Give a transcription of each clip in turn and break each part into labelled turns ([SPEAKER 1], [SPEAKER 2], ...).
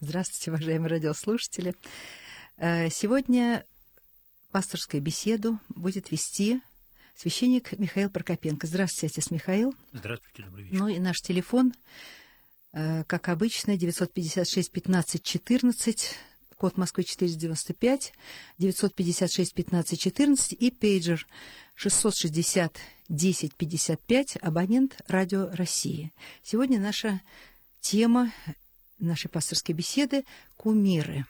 [SPEAKER 1] Здравствуйте, уважаемые радиослушатели. Сегодня пасторскую беседу будет вести священник Михаил Прокопенко. Здравствуйте, отец Михаил.
[SPEAKER 2] Здравствуйте, добрый вечер.
[SPEAKER 1] Ну и наш телефон, как обычно, 956-15-14, код Москвы 495, 956-15-14 и пейджер 660-10-55, абонент Радио России. Сегодня наша тема нашей пасторской беседы — кумиры.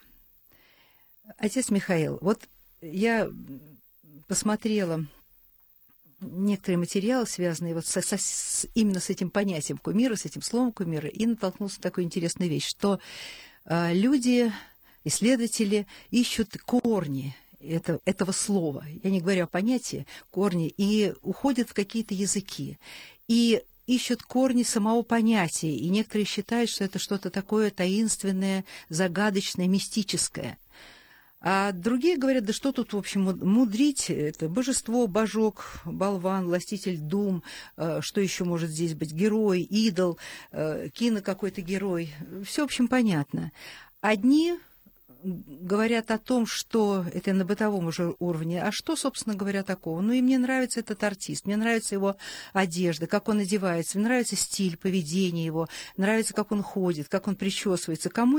[SPEAKER 1] Отец Михаил, вот я посмотрела некоторые материалы, связанные вот именно с этим понятием кумира, с этим словом кумира, и натолкнулся на такую интересную вещь, что люди, исследователи ищут корни этого слова, я не говорю о понятии, корни, и уходят в какие-то языки, и ищут корни самого понятия, и некоторые считают, что это что-то такое таинственное, загадочное, мистическое. А другие говорят, да что тут, в общем, мудрить, это божество, божок, болван, властитель дум, что еще может здесь быть, герой, идол, кино какой-то герой, все, в общем, понятно. Одни говорят о том, что это на бытовом уже уровне, а что, собственно говоря, такого? Ну, и мне нравится этот артист, мне нравится его одежда, как он одевается, мне нравится стиль, поведение его, нравится, как он ходит, как он причесывается. Кому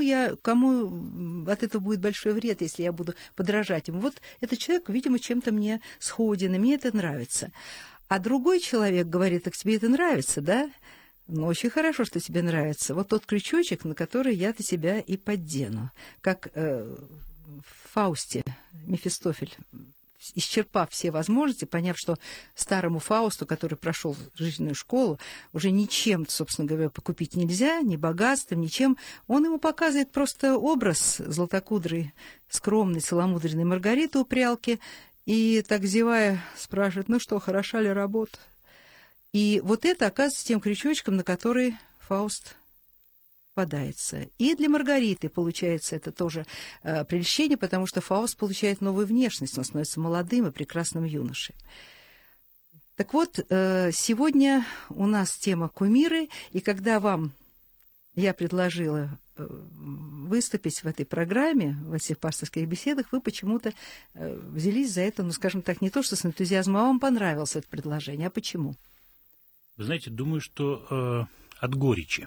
[SPEAKER 1] от этого будет большой вред, если я буду подражать ему? Вот этот человек, видимо, чем-то мне сходен, и мне это нравится. А другой человек говорит, так тебе это нравится, да? Ну, очень хорошо, что тебе нравится. Вот тот крючочек, на который я-то тебя и поддену. Как в Фаусте Мефистофель, исчерпав все возможности, поняв, что старому Фаусту, который прошел жизненную школу, уже ничем, собственно говоря, покупить нельзя, ни богатством, ничем, он ему показывает просто образ златокудрой, скромной, целомудренной Маргариты у прялки, и, так зевая, спрашивает, ну что, хороша ли работа? И вот это оказывается тем крючочком, на который Фауст попадается. И для Маргариты, получается, это тоже прельщение, потому что Фауст получает новую внешность, он становится молодым и прекрасным юношей. Так вот, сегодня у нас тема кумиры, и когда я предложила выступить в этой программе, в этих пасторских беседах, вы почему-то взялись за это, ну, скажем так, не то что с энтузиазмом, а вам понравилось это предложение. А почему?
[SPEAKER 2] Вы знаете, думаю, что от горечи.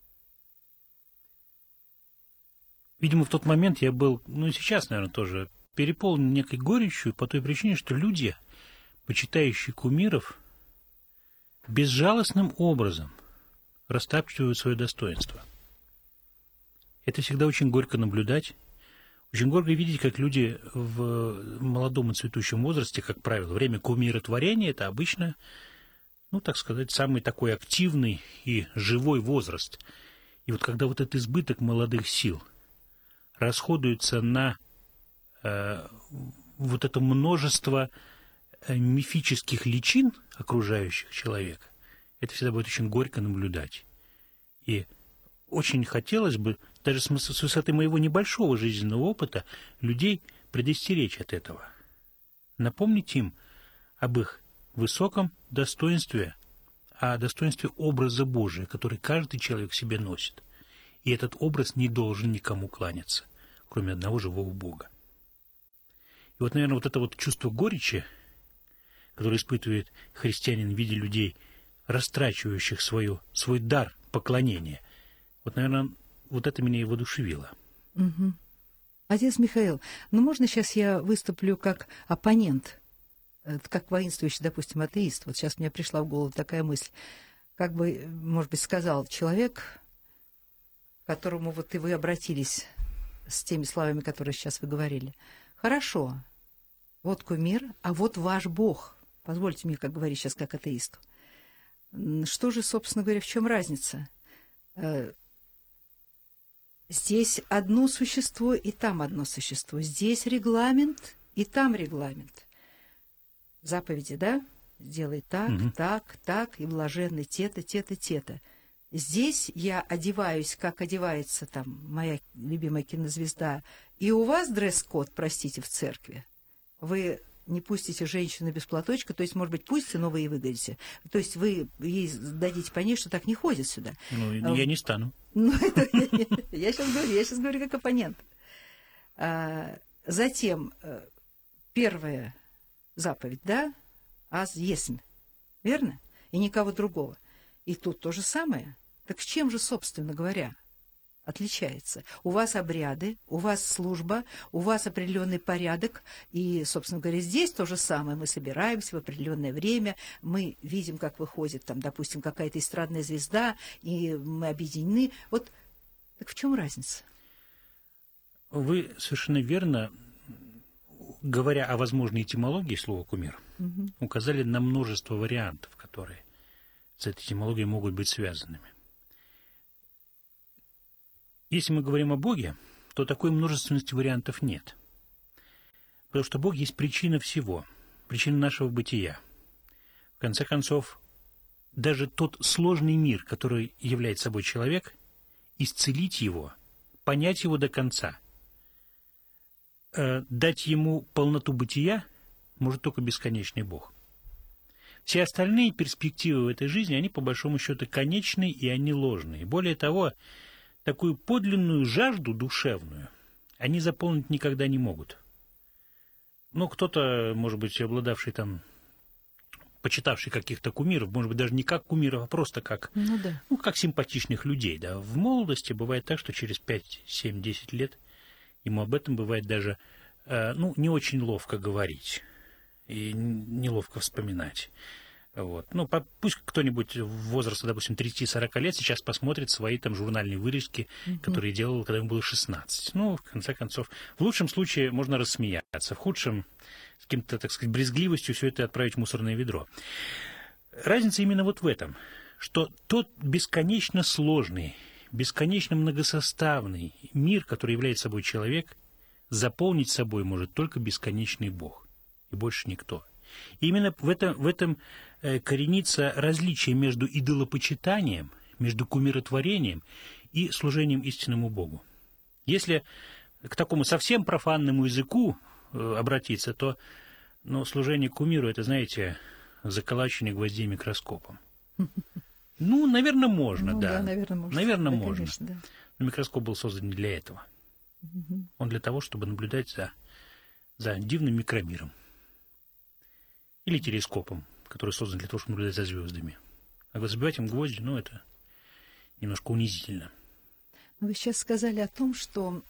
[SPEAKER 2] Видимо, в тот момент я был, ну и сейчас, наверное, тоже переполнен некой горечью по той причине, что люди, почитающие кумиров, безжалостным образом растапливают свое достоинство. Это всегда очень горько наблюдать. Очень горько видеть, как люди в молодом и цветущем возрасте, как правило, время кумиротворения – это обычно, ну, так сказать, самый такой активный и живой возраст. И вот когда вот этот избыток молодых сил расходуется на вот это множество мифических личин, окружающих человека, это всегда будет очень горько наблюдать. И очень хотелось бы, даже с высоты моего небольшого жизненного опыта, людей предостеречь от этого. Напомнить им об их высоком достоинстве, о достоинстве образа Божия, который каждый человек в себе носит. И этот образ не должен никому кланяться, кроме одного живого Бога. И вот, наверное, вот это вот чувство горечи, которое испытывает христианин в виде людей, растрачивающих свой дар поклонения, вот, наверное, вот это меня и воодушевило.
[SPEAKER 1] Угу. Отец Михаил, ну можно сейчас я выступлю как оппонент, как воинствующий, допустим, атеист? Вот сейчас мне пришла в голову такая мысль. Как бы, может быть, сказал человек, к которому вот и вы обратились с теми словами, которые сейчас вы говорили. Хорошо, вот кумир, а вот ваш Бог. Позвольте мне, как говорить сейчас, как атеисту. Что же, собственно говоря, в чем разница? Здесь одно существо, и там одно существо. Здесь регламент, и там регламент. Заповеди, да? Сделай так, так, и блаженны те-то, те-то, те-то. Здесь я одеваюсь, как одевается там моя любимая кинозвезда. И у вас дресс-код, простите, в церкви. Вы не пустите женщину без платочка, то есть, может быть, пустите, но вы ей выгодите. То есть вы ей дадите понять, что так не ходит сюда.
[SPEAKER 2] Ну, я не стану.
[SPEAKER 1] Ну, это я сейчас говорю как оппонент. Затем, первая заповедь, да, аз есмь, верно? И никого другого. И тут то же самое. Так с чем же, собственно говоря, отличается? У вас обряды, у вас служба, у вас определенный порядок, и, собственно говоря, здесь то же самое. Мы собираемся в определенное время, мы видим, как выходит, там, допустим, какая-то эстрадная звезда, и мы объединены. Вот так в чем разница?
[SPEAKER 2] Вы совершенно верно, говоря о возможной этимологии слова «кумир», указали на множество вариантов, которые с этой этимологией могут быть связанными. Если мы говорим о Боге, то такой множественности вариантов нет. Потому что Бог есть причина всего, причина нашего бытия. В конце концов, даже тот сложный мир, который является собой человек, исцелить его, понять его до конца, дать ему полноту бытия может только бесконечный Бог. Все остальные перспективы в этой жизни, они по большому счету конечные и они ложные. Более того, такую подлинную жажду душевную они заполнить никогда не могут. Ну, кто-то, может быть, обладавший там, почитавший каких-то кумиров, может быть, даже не как кумиров, а просто как, как симпатичных людей. Да. В молодости бывает так, что через 5, 7, 10 лет ему об этом бывает даже, не очень ловко говорить и неловко вспоминать. Вот. Ну, пусть кто-нибудь в возрасте, допустим, 30-40 лет сейчас посмотрит свои там журнальные вырезки, которые делал, когда ему было 16. Ну, в конце концов, в лучшем случае можно рассмеяться, в худшем, с каким-то, так сказать, брезгливостью все это отправить в мусорное ведро. Разница именно вот в этом, что тот бесконечно сложный, бесконечно многосоставный мир, который является собой человек, заполнить собой может только бесконечный Бог, и больше никто. И именно в этом коренится различие между идолопочитанием, между кумиротворением и служением истинному Богу. Если к такому совсем профанному языку обратиться, то служение кумиру – это, знаете, заколачивание гвоздей микроскопом. Ну, наверное, можно, да. Наверное, можно.
[SPEAKER 1] Конечно, да.
[SPEAKER 2] Но микроскоп был создан не для этого. Он для того, чтобы наблюдать за дивным микромиром. Или телескопом, который создан для того, чтобы наблюдать за звездами. А вот забивать им гвозди, это немножко унизительно.
[SPEAKER 1] Вы сейчас сказали о том, что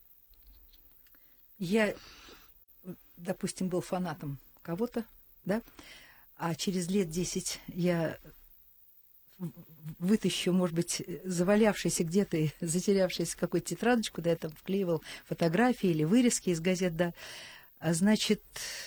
[SPEAKER 1] я, допустим, был фанатом кого-то, да, а через лет 10 я вытащу, может быть, завалявшийся где-то и затерявшийся какую-то тетрадочку, да, я там вклеивал фотографии или вырезки из газет, да, значит,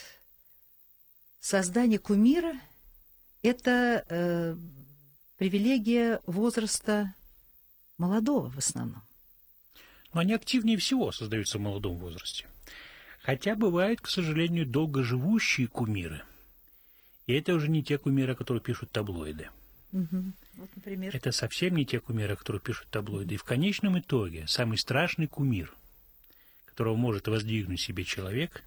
[SPEAKER 1] создание кумира – это привилегия возраста молодого в основном.
[SPEAKER 2] Но они активнее всего создаются в молодом возрасте. Хотя бывают, к сожалению, долгоживущие кумиры. И это уже не те кумиры, которые пишут таблоиды.
[SPEAKER 1] Вот, например.
[SPEAKER 2] Это совсем не те кумиры, которые пишут таблоиды. И в конечном итоге самый страшный кумир, которого может воздвигнуть себе человек,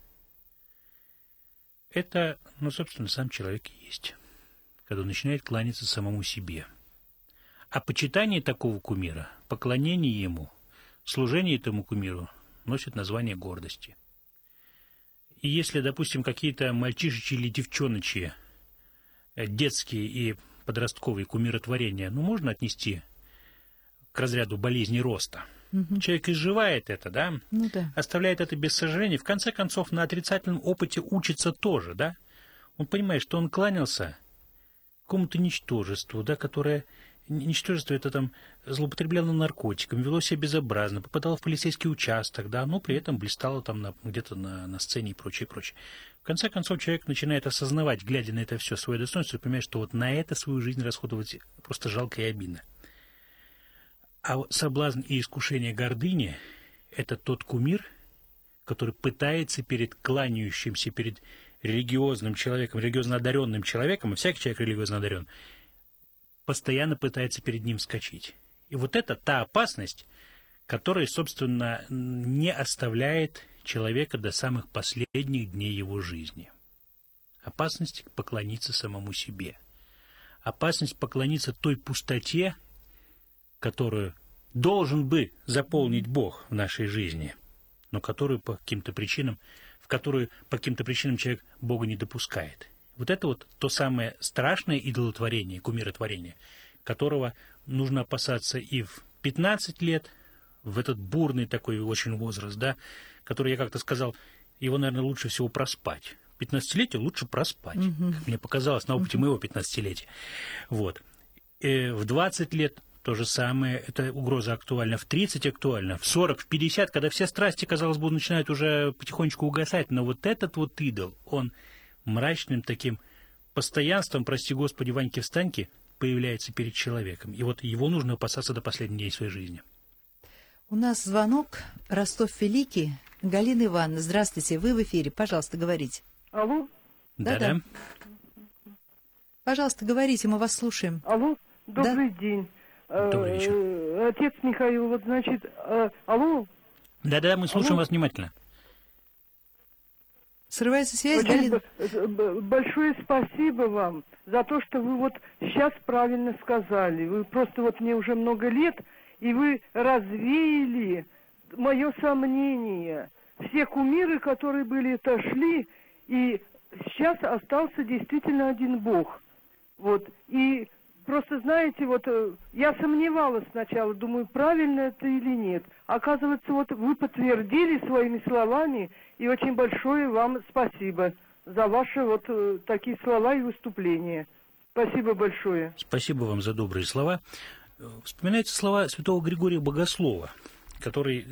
[SPEAKER 2] это, собственно, сам человек и есть, когда он начинает кланяться самому себе. А почитание такого кумира, поклонение ему, служение этому кумиру носит название гордости. И если, допустим, какие-то мальчишечьи или девчоночьи, детские и подростковые кумиротворения, можно отнести к разряду болезни роста. Человек изживает это, да? Оставляет это без сожаления. В конце концов, на отрицательном опыте учится тоже, да? Он понимает, что он кланялся какому-то ничтожеству, да, которое... Ничтожество это там злоупотребляло наркотиками, вело себя безобразно, попадало в полицейский участок, да, но при этом блистало там где-то на сцене и прочее, прочее. В конце концов, человек начинает осознавать, глядя на это все, свое достоинство, и понимает, что вот на это свою жизнь расходовать просто жалко и обидно. А соблазн и искушение гордыни – это тот кумир, который пытается перед кланяющимся, перед религиозным человеком, религиозно одаренным человеком, и всякий человек религиозно одарен, постоянно пытается перед ним вскочить. И вот это та опасность, которая, собственно, не оставляет человека до самых последних дней его жизни. Опасность поклониться самому себе. Опасность поклониться той пустоте, которую должен бы заполнить Бог в нашей жизни, но которую по каким-то причинам, в которую по каким-то причинам человек Бога не допускает. Вот это вот то самое страшное идолотворение, кумиротворение, которого нужно опасаться и в 15 лет, в этот бурный такой очень возраст, да, который, я как-то сказал, его, наверное, лучше всего проспать. 15-летие лучше проспать, как мне показалось на опыте моего 15-летия. Вот. В 20 лет то же самое, эта угроза актуальна, в 30 актуальна, в 40, в 50, когда все страсти, казалось бы, начинают уже потихонечку угасать, но вот этот вот идол, он мрачным таким постоянством, прости Господи, Ваньки-встаньки, появляется перед человеком. И вот его нужно опасаться до последнего дня своей жизни.
[SPEAKER 1] У нас звонок. Ростов-Великий. Галина Ивановна, здравствуйте. Вы в эфире. Пожалуйста, говорите.
[SPEAKER 3] Алло?
[SPEAKER 2] Да-да.
[SPEAKER 1] Пожалуйста, говорите, мы вас слушаем.
[SPEAKER 3] Алло? Добрый день.
[SPEAKER 2] Добрый вечер.
[SPEAKER 3] Отец Михаил, вот значит... Алло?
[SPEAKER 2] Да-да, мы слушаем вас внимательно.
[SPEAKER 1] Срывается связь,
[SPEAKER 3] Очень
[SPEAKER 1] Галина?
[SPEAKER 3] большое спасибо вам за то, что вы вот сейчас правильно сказали. Вы просто вот мне уже много лет, и вы развеяли мое сомнение. Все кумиры, которые были, отошли, и сейчас остался действительно один Бог. Вот. И просто, знаете, вот я сомневалась сначала, думаю, правильно это или нет. Оказывается, вот вы подтвердили своими словами, и очень большое вам спасибо за ваши вот такие слова и выступления. Спасибо большое.
[SPEAKER 2] Спасибо вам за добрые слова. Вспоминаются слова святого Григория Богослова, который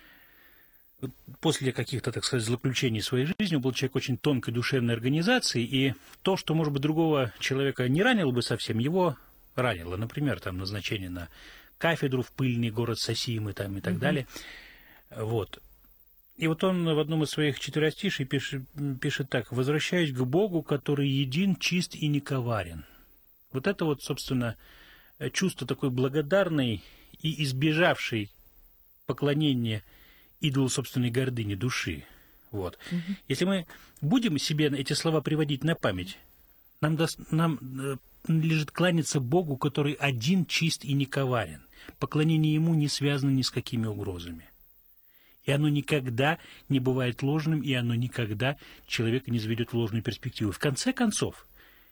[SPEAKER 2] после каких-то, так сказать, злоключений своей жизни был человек очень тонкой душевной организации, и то, что, может быть, другого человека не ранило бы совсем, его ранило. Например, там назначение на кафедру в пыльный город Сосимы там, и так далее. Вот. И вот он в одном из своих четверостишей пишет так: «Возвращаюсь к Богу, который един, чист и нековарен». Вот это вот, собственно, чувство такой благодарной и избежавшей поклонения идолу собственной гордыни души. Вот. Если мы будем себе эти слова приводить на память, нам надлежит кланяться Богу, который один, чист и нековарен. Поклонение Ему не связано ни с какими угрозами. И оно никогда не бывает ложным, и оно никогда человека не заведет в ложную перспективу. В конце концов,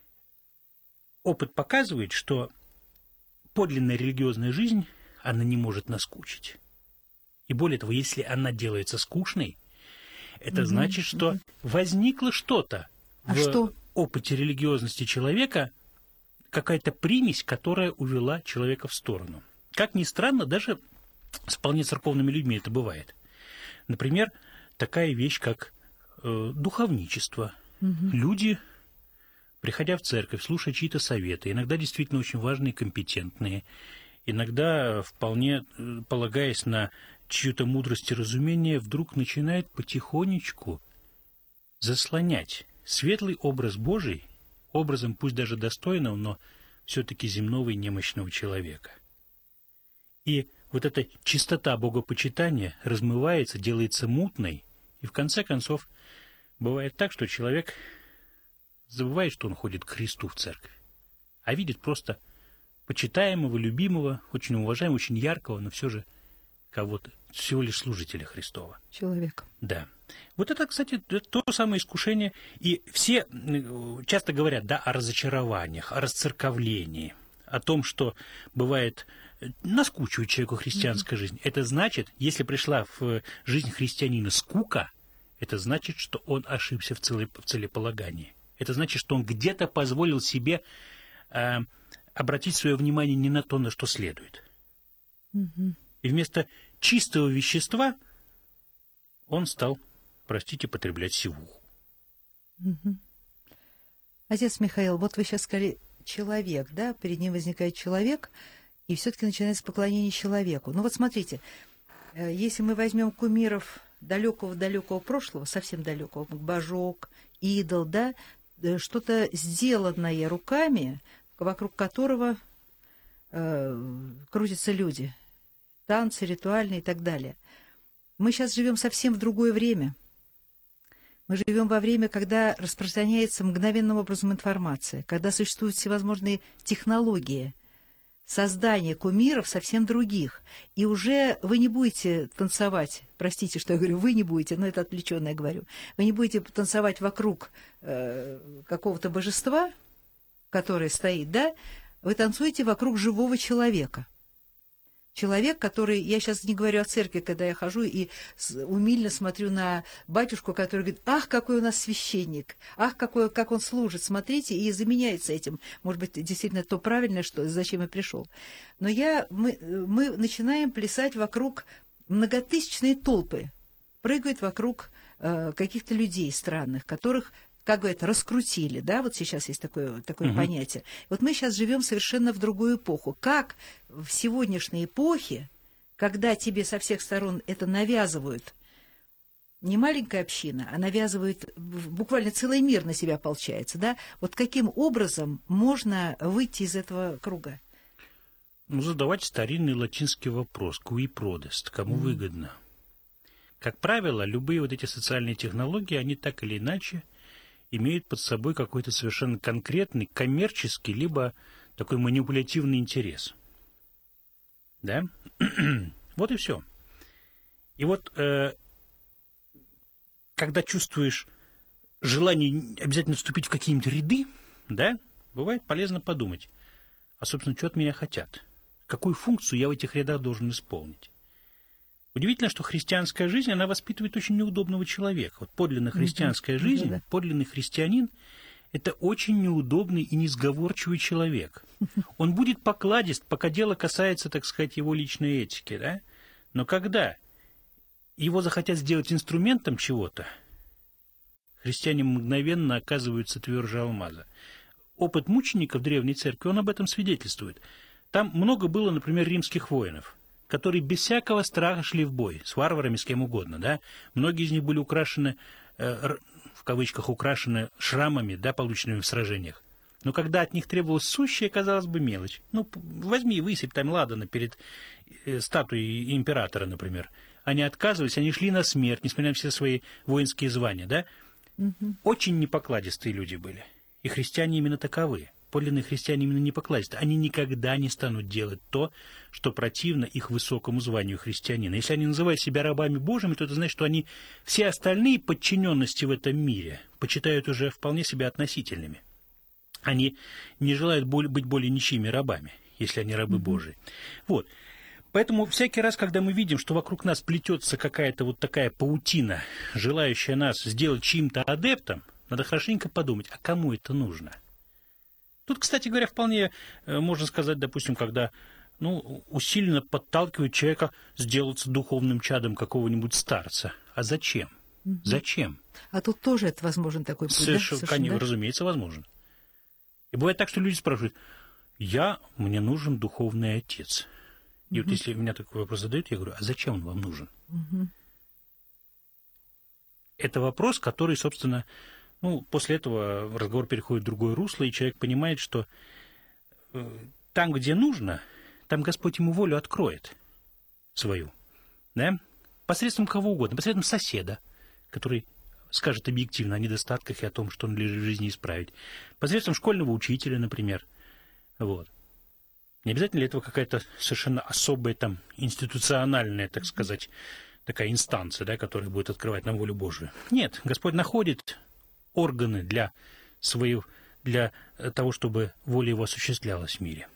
[SPEAKER 2] опыт показывает, что подлинная религиозная жизнь, она не может наскучить. И более того, если она делается скучной, это значит, что возникло что-то в опыте религиозности человека, какая-то примесь, которая увела человека в сторону. Как ни странно, даже с вполне церковными людьми это бывает. Например, такая вещь, как духовничество. Люди, приходя в церковь, слушая чьи-то советы, иногда действительно очень важные и компетентные, иногда вполне полагаясь на чью-то мудрость и разумение, вдруг начинает потихонечку заслонять светлый образ Божий образом, пусть даже достойного, но все-таки земного и немощного человека. И вот эта чистота богопочитания размывается, делается мутной, и в конце концов бывает так, что человек забывает, что он ходит к Христу в церковь, а видит просто почитаемого, любимого, очень уважаемого, очень яркого, но все же кого-то, всего лишь служителя Христова.
[SPEAKER 1] Человек.
[SPEAKER 2] Да. Вот это, кстати, то самое искушение. И все часто говорят, да, о разочарованиях, о расцерковлении, о том, что бывает наскучивает человеку христианская жизнь. Это значит, если пришла в жизнь христианина скука, это значит, что он ошибся в целеполагании. Это значит, что он где-то позволил себе обратить свое внимание не на то, на что следует. И вместо чистого вещества он стал, простите, потреблять сивуху.
[SPEAKER 1] Отец Михаил, вот вы сейчас сказали человек, да, перед ним возникает человек, и все-таки начинается поклонение человеку. Ну вот смотрите, если мы возьмем кумиров далекого-далекого прошлого, совсем далекого, божок, идол, да, что-то сделанное руками, вокруг которого крутятся люди, танцы ритуальные и так далее. Мы сейчас живем совсем в другое время. Мы живем во время, когда распространяется мгновенным образом информация, когда существуют всевозможные технологии создания кумиров совсем других. И уже вы не будете танцевать, простите, что я говорю, вы не будете, но это отвлеченно я говорю, вы не будете танцевать вокруг какого-то божества, которое стоит, да, вы танцуете вокруг живого человека. Человек, который, я сейчас не говорю о церкви, когда я хожу и умильно смотрю на батюшку, который говорит: ах, какой у нас священник, ах, как он служит, смотрите, и заменяется этим. Может быть, действительно то правильное, что, зачем я пришел. Но мы начинаем плясать вокруг многотысячные толпы, прыгают вокруг каких-то людей странных, которых, как говорят, раскрутили, да, вот сейчас есть такое понятие. Вот мы сейчас живем совершенно в другую эпоху. Как в сегодняшней эпохе, когда тебе со всех сторон это навязывают, не маленькая община, а навязывают, буквально целый мир на себя получается, да, вот каким образом можно выйти из этого круга?
[SPEAKER 2] Ну, задавать старинный латинский вопрос, cui prodest, кому выгодно. Как правило, любые вот эти социальные технологии, они так или иначе имеют под собой какой-то совершенно конкретный, коммерческий, либо такой манипулятивный интерес. Да? Вот и все. И вот, когда чувствуешь желание обязательно вступить в какие-нибудь ряды, да, бывает полезно подумать, а, собственно, что от меня хотят? Какую функцию я в этих рядах должен исполнить? Удивительно, что христианская жизнь, она воспитывает очень неудобного человека. Вот подлинно христианская жизнь, подлинный христианин – это очень неудобный и несговорчивый человек. Он будет покладист, пока дело касается, так сказать, его личной этики, да? Но когда его захотят сделать инструментом чего-то, христиане мгновенно оказываются тверже алмаза. Опыт мучеников Древней Церкви, он об этом свидетельствует. Там много было, например, римских воинов, которые без всякого страха шли в бой, с варварами, с кем угодно, да. Многие из них были украшены, в кавычках, украшены шрамами, да, полученными в сражениях. Но когда от них требовалась сущая, казалось бы, мелочь. Ну, возьми, высыпь там ладана перед статуей императора, например. Они отказывались, они шли на смерть, несмотря на все свои воинские звания, да. Очень непокладистые люди были. И христиане именно таковы. Подлинные христиане именно непокладистые. Они никогда не станут делать то, что противно их высокому званию христианина. Если они называют себя рабами Божьими, то это значит, что они все остальные подчиненности в этом мире почитают уже вполне себя относительными. Они не желают быть более ничьими рабами, если они рабы Божии. Вот. Поэтому всякий раз, когда мы видим, что вокруг нас плетется какая-то вот такая паутина, желающая нас сделать чьим-то адептом, надо хорошенько подумать, а кому это нужно? Тут, кстати говоря, вполне можно сказать, допустим, когда усиленно подталкивают человека сделаться духовным чадом какого-нибудь старца. А зачем? Зачем?
[SPEAKER 1] А тут тоже это возможен такой путь,
[SPEAKER 2] Совершенно, да? Разумеется, возможен. И бывает так, что люди спрашивают, мне нужен духовный отец. И вот если меня такой вопрос задают, я говорю, а зачем он вам нужен? Это вопрос, который, собственно, после этого разговор переходит в другое русло, и человек понимает, что там, где нужно, там Господь ему волю откроет свою. Да? Посредством кого угодно, посредством соседа, который скажет объективно о недостатках и о том, что он лежит в жизни исправить. Посредством школьного учителя, например. Вот. Не обязательно для этого какая-то совершенно особая там институциональная, так сказать, такая инстанция, да, которая будет открывать нам волю Божию. Нет, Господь находит органы для того, чтобы воля его осуществлялась в мире.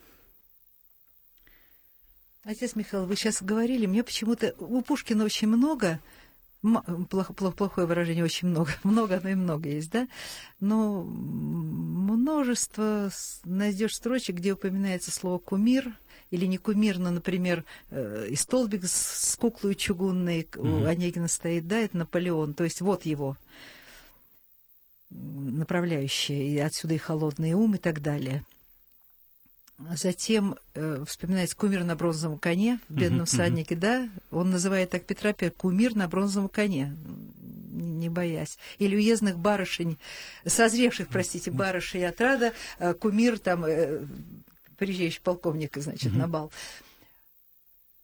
[SPEAKER 1] Отец Михаил, вы сейчас говорили, мне почему-то у Пушкина очень много, плохое выражение, очень много, оно и много есть, да, но множество найдешь строчек, где упоминается слово «кумир», или не кумир, но, например, и столбик с куклой чугунной у Онегина стоит, да, это Наполеон, то есть вот его направляющая, и отсюда и холодный ум и так далее. Затем вспоминается кумир на бронзовом коне в «Бедном всаднике», да, он называет так Петра I, кумир на бронзовом коне, не боясь. Или уездных барышень, созревших, простите, барышей отрада, кумир там, приезжающий полковник, значит, на бал.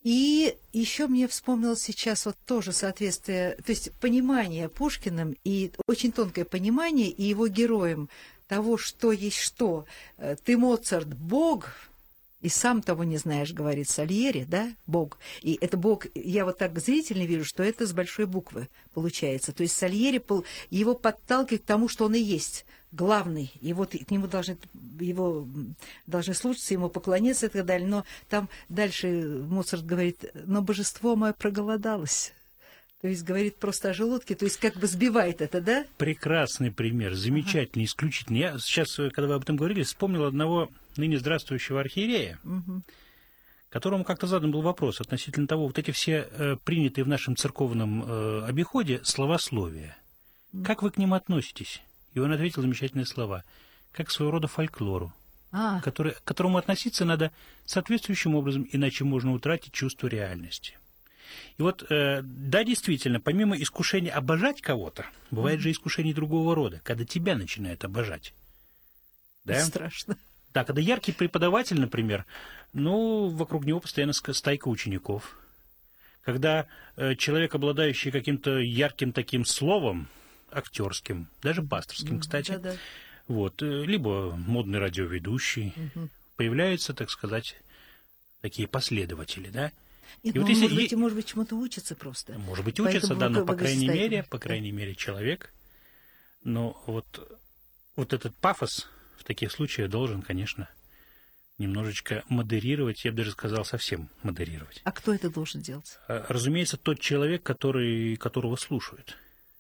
[SPEAKER 1] И еще мне вспомнилось сейчас вот тоже соответствие, то есть понимание Пушкиным и очень тонкое понимание и его героем того, что есть что. Ты, Моцарт, Бог, и сам того не знаешь, говорит Сальери, да, Бог. И это Бог, я вот так зрительно вижу, что это с большой буквы получается. То есть Сальери его подталкивает к тому, что он и есть главный. И вот к нему должны слушаться, ему поклоняться и так далее. Но там дальше Моцарт говорит, но божество мое проголодалось. То есть говорит просто о желудке, то есть как бы сбивает это, да?
[SPEAKER 2] Прекрасный пример, замечательный, исключительный. Я сейчас, когда вы об этом говорили, вспомнил одного ныне здравствующего архиерея, которому как-то задан был вопрос относительно того, вот эти все принятые в нашем церковном обиходе словословия. Как вы к ним относитесь? И он ответил замечательные слова, как к своего рода фольклору, к которому относиться надо соответствующим образом, иначе можно утратить чувство реальности. И вот, да, действительно, помимо искушения обожать кого-то, бывает же искушение другого рода, когда тебя начинают обожать. Да?
[SPEAKER 1] Страшно.
[SPEAKER 2] Да, когда яркий преподаватель, например, ну, вокруг него постоянно стайка учеников. Когда человек, обладающий каким-то ярким таким словом, актерским, даже пасторским, кстати, вот, либо модный радиоведущий, появляются, так сказать, такие последователи, да?
[SPEAKER 1] Нет, вот если, может быть, чему-то учатся просто.
[SPEAKER 2] Может быть, учатся, да, но, по крайней мере, человек, но вот этот пафос в таких случаях должен, конечно, немножечко модерировать, я бы даже сказал, совсем модерировать.
[SPEAKER 1] А кто это должен делать?
[SPEAKER 2] Разумеется, тот человек, которого слушают.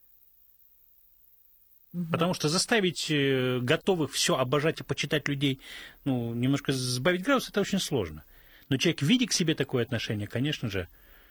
[SPEAKER 2] Потому что заставить готовых все обожать и почитать людей, ну, немножко сбавить градус, это очень сложно. Но человек, видя к себе такое отношение, конечно же,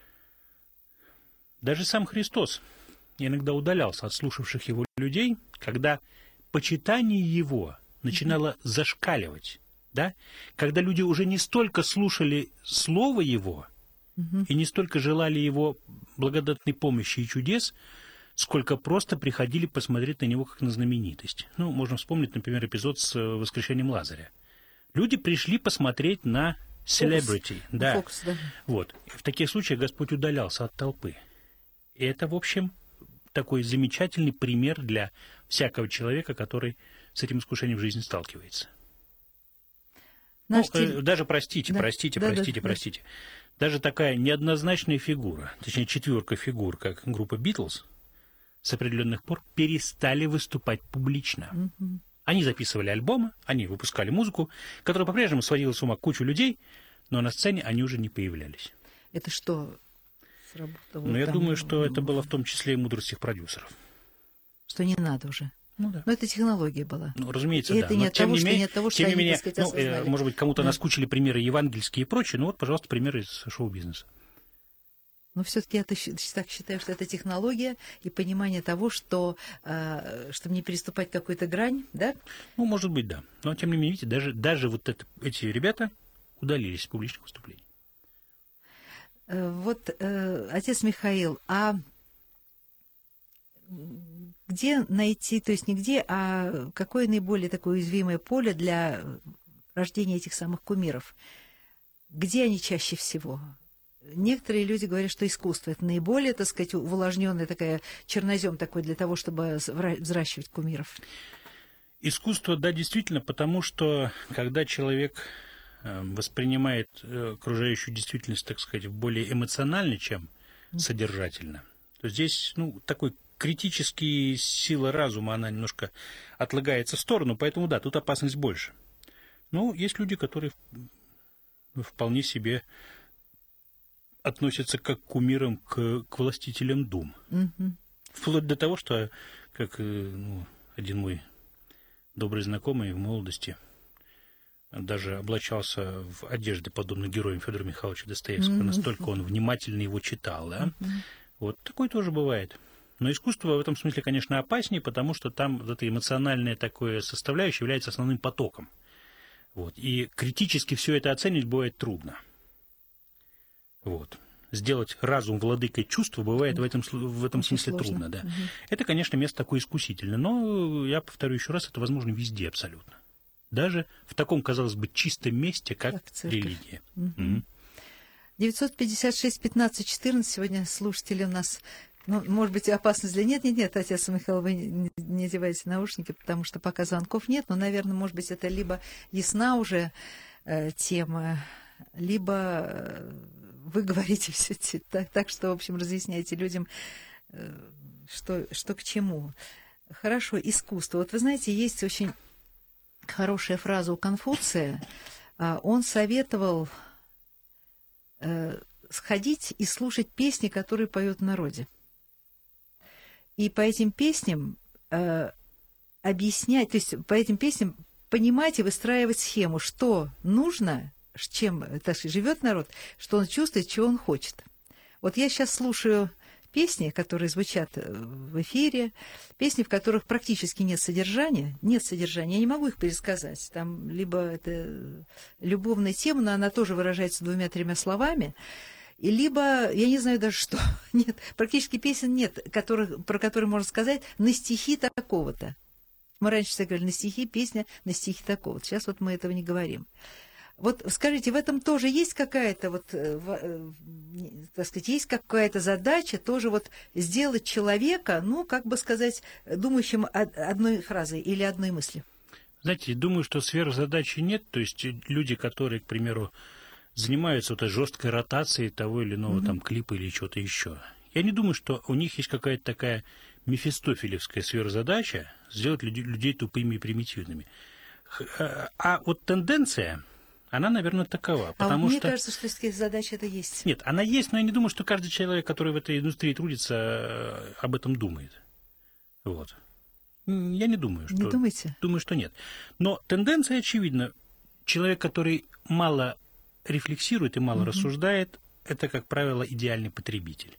[SPEAKER 2] даже сам Христос иногда удалялся от слушавших его людей, когда почитание его начинало зашкаливать, да? Когда люди уже не столько слушали слово его и не столько желали его благодатной помощи и чудес, сколько просто приходили посмотреть на него как на знаменитость. Ну, можно вспомнить, например, эпизод с воскрешением Лазаря. Люди пришли посмотреть на celebrity, да.
[SPEAKER 1] Фокус, да.
[SPEAKER 2] Вот. В таких случаях Господь удалялся от толпы. И это, в общем, такой замечательный пример для всякого человека, который с этим искушением в жизни сталкивается. Даже, простите. Даже такая неоднозначная фигура, точнее, 4 фигур, как группа Битлз, с определенных пор перестали выступать публично. Они записывали альбомы, они выпускали музыку, которая по-прежнему сводила с ума кучу людей, но на сцене они уже не появлялись.
[SPEAKER 1] Это что сработало?
[SPEAKER 2] Ну, я думаю, что это было в том числе и мудрость их продюсеров.
[SPEAKER 1] Что не надо уже. Ну, да. Но это технология была.
[SPEAKER 2] Ну, разумеется,
[SPEAKER 1] и
[SPEAKER 2] да.
[SPEAKER 1] это не от того, что не от того, что они, так сказать, осознали.
[SPEAKER 2] Может быть, кому-то наскучили примеры евангельские и прочее, ну вот, пожалуйста, примеры из шоу-бизнеса.
[SPEAKER 1] Но все-таки я так считаю, что это технология и понимание того, что чтобы не переступать какую-то грань, да?
[SPEAKER 2] Ну, может быть, да. Но, тем не менее, видите, даже вот эти ребята удалились из публичных выступлений.
[SPEAKER 1] Вот, отец Михаил, а где найти, то есть не где, а какое наиболее такое уязвимое поле для рождения этих самых кумиров? Где они чаще всего? Некоторые люди говорят, что искусство – это наиболее, так сказать, увлажненная такая чернозем такой для того, чтобы взращивать кумиров.
[SPEAKER 2] Искусство, да, действительно, потому что когда человек воспринимает окружающую действительность, так сказать, более эмоционально, чем содержательно, то здесь, ну, такой критический сила разума, она немножко отлагается в сторону, поэтому, да, тут опасность больше. Но есть люди, которые вполне себе относятся как к кумирам к властителям дум. Вплоть до того, что, как один мой добрый знакомый в молодости даже облачался в одежды, подобно героям Федора Михайловича Достоевского, настолько он внимательно его читал. Да? Вот такое тоже бывает. Но искусство в этом смысле, конечно, опаснее, потому что там вот это эмоциональное такое составляющее является основным потоком. Вот. И критически все это оценить бывает трудно. Вот. Сделать разум владыкой чувства бывает в этом смысле сложно. Трудно. Да. Это, конечно, место такое искусительное, но, я повторю еще раз, это возможно везде абсолютно. Даже в таком, казалось бы, чистом месте, как религия.
[SPEAKER 1] 956-15-14. Сегодня слушатели у нас... Ну, может быть, опасность для... Нет, отец Михаил, вы не одевайте наушники, потому что пока звонков нет, но, наверное, может быть, это либо ясна уже тема, либо вы говорите все так, что, в общем, разъясняете людям, что к чему. Хорошо, искусство. Вот вы знаете, есть очень хорошая фраза у Конфуция. Он советовал сходить и слушать песни, которые поют в народе. И по этим песням объяснять, то есть по этим песням понимать и выстраивать схему, что нужно, чем так сказать, живет народ, что он чувствует, чего он хочет. Вот я сейчас слушаю песни, которые звучат в эфире, песни, в которых практически нет содержания, я не могу их пересказать. Там либо это любовная тема, но она тоже выражается 2-3 словами, и либо, я не знаю даже что, нет, практически песен нет, про которые можно сказать на стихи такого-то. Мы раньше всегда говорили на стихи, песня на стихи такого-то. Сейчас вот мы этого не говорим. Вот скажите, в этом тоже есть какая-то вот, так сказать, есть какая-то задача тоже вот сделать человека, ну, как бы сказать, думающим одной фразой или одной мыслью?
[SPEAKER 2] Знаете, думаю, что сверхзадачи нет, то есть люди, которые, к примеру, занимаются вот этой жесткой ротацией того или иного там клипа или чего-то еще. Я не думаю, что у них есть какая-то такая мефистофелевская сверхзадача сделать людей тупыми и примитивными. А вот тенденция, она, наверное, такова. Потому
[SPEAKER 1] мне
[SPEAKER 2] что...
[SPEAKER 1] кажется, что все-таки задача это есть.
[SPEAKER 2] Нет, она есть, но я не думаю, что каждый человек, который в этой индустрии трудится, об этом думает. Вот. Я не думаю, что...
[SPEAKER 1] Не думаете?
[SPEAKER 2] Думаю, что нет. Но тенденция очевидна. Человек, который мало рефлексирует и мало рассуждает, это, как правило, идеальный потребитель.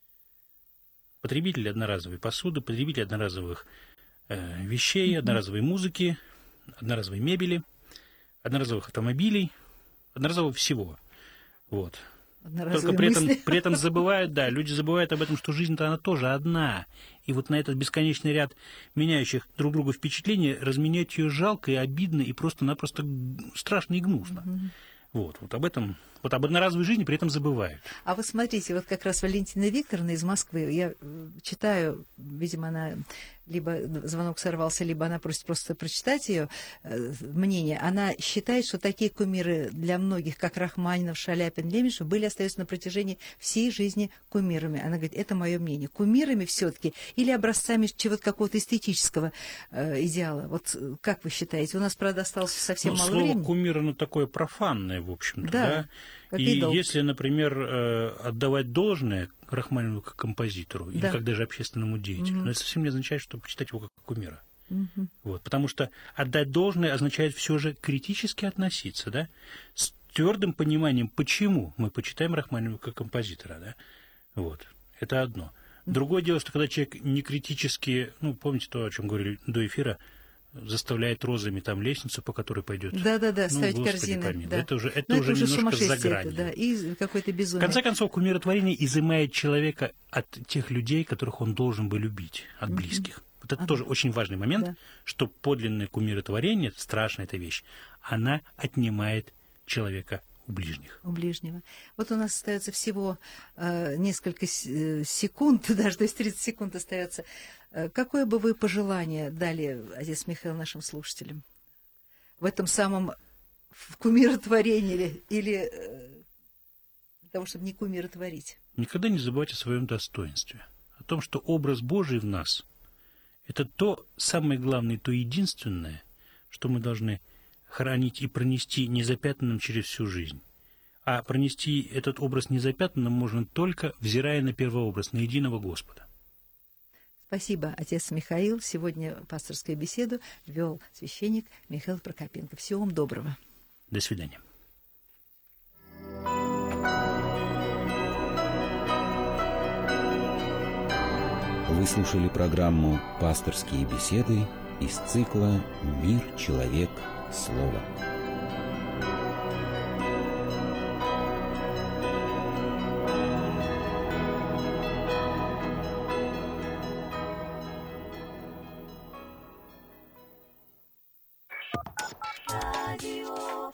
[SPEAKER 2] Потребитель одноразовой посуды, потребитель одноразовых вещей, одноразовой музыки, одноразовой мебели, одноразовых автомобилей, одноразового всего. Вот. Только при этом забывают, да, люди забывают об этом, что жизнь-то она тоже одна. И вот на этот бесконечный ряд меняющих друг друга впечатлений разменять ее жалко и обидно, и просто-напросто страшно и гнусно. Вот об этом, вот об одноразовой жизни при этом забывают.
[SPEAKER 1] А вот смотрите, вот как раз Валентина Викторовна из Москвы, я читаю, видимо, она либо звонок сорвался, либо она просит просто прочитать ее мнение. Она считает, что такие кумиры для многих, как Рахманинов, Шаляпин, Лемешев, были, остаются на протяжении всей жизни кумирами. Она говорит, это мое мнение. Кумирами все-таки или образцами чего-то какого-то эстетического идеала. Вот как вы считаете? У нас, правда, осталось совсем мало времени.
[SPEAKER 2] Слово кумир, оно такое профанное, в общем-то,
[SPEAKER 1] да?
[SPEAKER 2] И если, например, отдавать должное Рахманинову как композитору или как даже общественному деятелю, но это совсем не означает, что почитать его как кумира. Вот, потому что отдать должное означает все же критически относиться, да, с твердым пониманием, почему мы почитаем Рахманинова как композитора, да. Вот, это одно. Другое дело, что когда человек не критически, ну, помните то, о чем говорили до эфира, заставляет розами там лестницу, по которой пойдет.
[SPEAKER 1] Да, ставить корзины. Да.
[SPEAKER 2] Это уже немножко за гранью.
[SPEAKER 1] Да, и какой-то безумие.
[SPEAKER 2] В конце концов, кумиротворение изымает человека от тех людей, которых он должен бы любить, от близких. Вот это тоже очень важный момент, что подлинное кумиротворение, страшная эта вещь, она отнимает человека у ближних.
[SPEAKER 1] У ближнего. Вот у нас остается всего несколько секунд, даже, то есть 30 секунд остается. Какое бы вы пожелание дали, отец Михаил, нашим слушателям? В этом самом кумиротворении или для того, чтобы не кумиротворить?
[SPEAKER 2] Никогда не забывайте о своем достоинстве. О том, что образ Божий в нас – это то самое главное, то единственное, что мы должны хранить и пронести незапятнанным через всю жизнь. А пронести этот образ незапятнанным можно только взирая на первообраз, на единого Господа.
[SPEAKER 1] Спасибо, отец Михаил. Сегодня пасторскую беседу вел священник Михаил Прокопенко. Всего вам доброго.
[SPEAKER 2] До свидания.
[SPEAKER 4] Вы слушали программу «Пасторские беседы» из цикла «Мир, человек, слово».
[SPEAKER 5] Radio